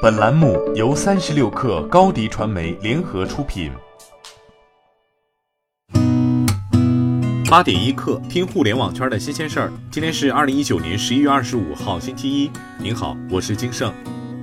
本栏目由36氪高迪传媒联合出品。 8点1刻，听互联网圈的新鲜事儿。今天是2019年11月25号，星期一。您好，我是金盛。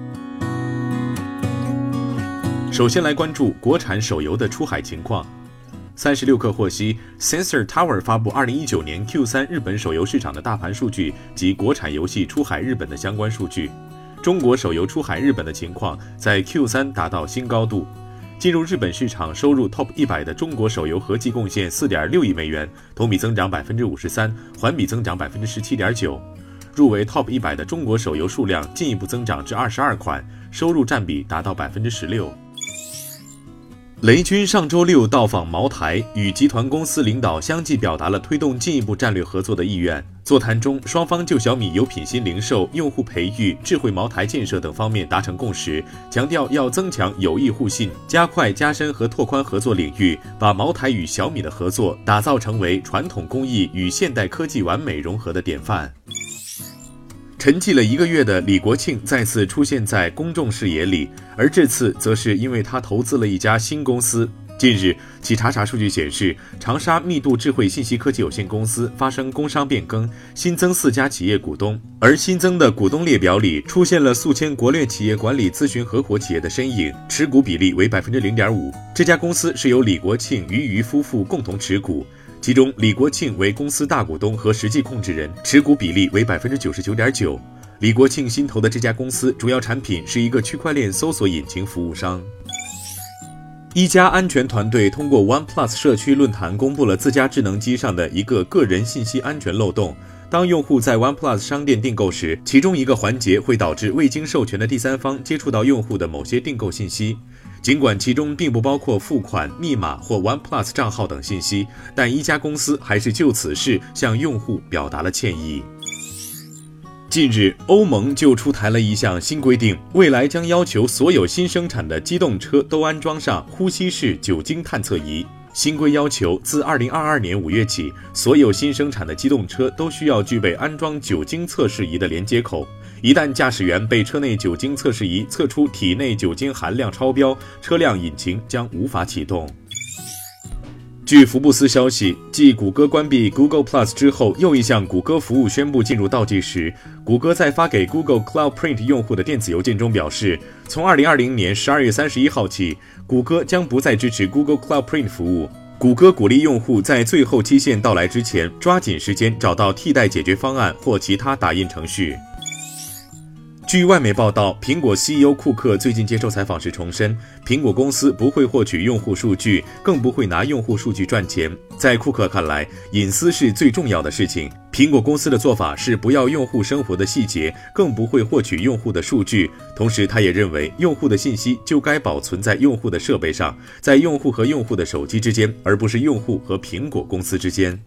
首先来关注国产手游的出海情况。36氪获悉 ，Sensor Tower 发布2019年 Q3 日本手游市场的大盘数据及国产游戏出海日本的相关数据。中国手游出海日本的情况在 Q3 达到新高度。进入日本市场收入 Top 100的中国手游合计贡献 4.6 亿美元，同比增长 53%， 环比增长 17.9%。入围 Top 100的中国手游数量进一步增长至22款，收入占比达到 16%。雷军上周六到访茅台，与集团公司领导相继表达了推动进一步战略合作的意愿。座谈中，双方就小米有品新零售、用户培育、智慧茅台建设等方面达成共识，强调要增强友谊互信，加快加深和拓宽合作领域，把茅台与小米的合作打造成为传统工艺与现代科技完美融合的典范。沉寂了1个月的李国庆再次出现在公众视野里，而这次则是因为他投资了一家新公司。近日，其查查数据显示，长沙密度智慧信息科技有限公司发生工商变更，新增4家企业股东，而新增的股东列表里出现了宿迁国链企业管理咨询合伙企业的身影，持股比例为 0.5%。这家公司是由李国庆、于夫妇共同持股。其中，李国庆为公司大股东和实际控制人，持股比例为 99.9%。李国庆新投的这家公司主要产品是一个区块链搜索引擎服务商。一加安全团队通过 OnePlus 社区论坛公布了自家智能机上的一个个人信息安全漏洞。当用户在 OnePlus 商店订购时，其中一个环节会导致未经授权的第三方接触到用户的某些订购信息。尽管其中并不包括付款、密码或 OnePlus 账号等信息，但一加公司还是就此事向用户表达了歉意。近日，欧盟就出台了一项新规定，未来将要求所有新生产的机动车都安装上呼吸式酒精探测仪。新规要求，自2022年5月起，所有新生产的机动车都需要具备安装酒精测试仪的连接口。一旦驾驶员被车内酒精测试仪测出体内酒精含量超标，车辆引擎将无法启动。据福布斯消息，继谷歌关闭 Google Plus 之后，又一项谷歌服务宣布进入倒计时。谷歌在发给 Google Cloud Print 用户的电子邮件中表示，从2020年12月31号起，谷歌将不再支持 Google Cloud Print 服务。谷歌鼓励用户在最后期限到来之前，抓紧时间找到替代解决方案或其他打印程序。据外媒报道，苹果 CEO 库克最近接受采访时重申，苹果公司不会获取用户数据，更不会拿用户数据赚钱。在库克看来，隐私是最重要的事情。苹果公司的做法是不要用户生活的细节，更不会获取用户的数据。同时，他也认为，用户的信息就该保存在用户的设备上，在用户和用户的手机之间，而不是用户和苹果公司之间。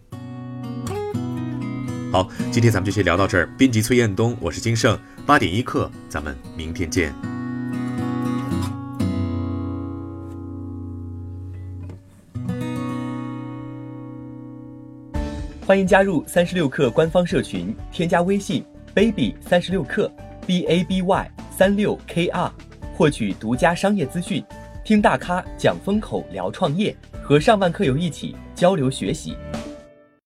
好，今天咱们就先聊到这儿。编辑崔彦东，我是金盛，8点1刻，咱们明天见。 欢迎加入36氪官方社群，添加微信 baby36氪 BABY36KR， 获取独家商业资讯，听大咖讲风口，聊创业，和上万客友一起交流学习。